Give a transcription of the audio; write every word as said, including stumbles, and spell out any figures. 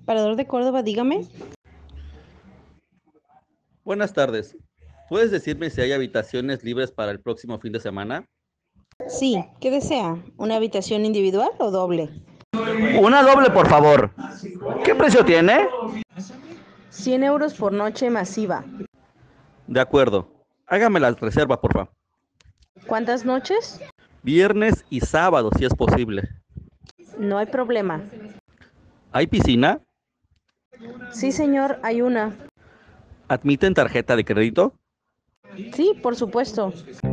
Parador de Córdoba, dígame. Buenas tardes. ¿Puedes decirme si hay habitaciones libres para el próximo fin de semana? Sí, ¿qué desea? ¿Una habitación individual o doble? Una doble, por favor. ¿Qué precio tiene? cien euros por noche masiva. De acuerdo. Hágame la reserva, por favor. ¿Cuántas noches? Viernes y sábado, si es posible. No hay problema. ¿Hay piscina? Sí, señor, hay una. ¿Admiten tarjeta de crédito? Sí, por supuesto.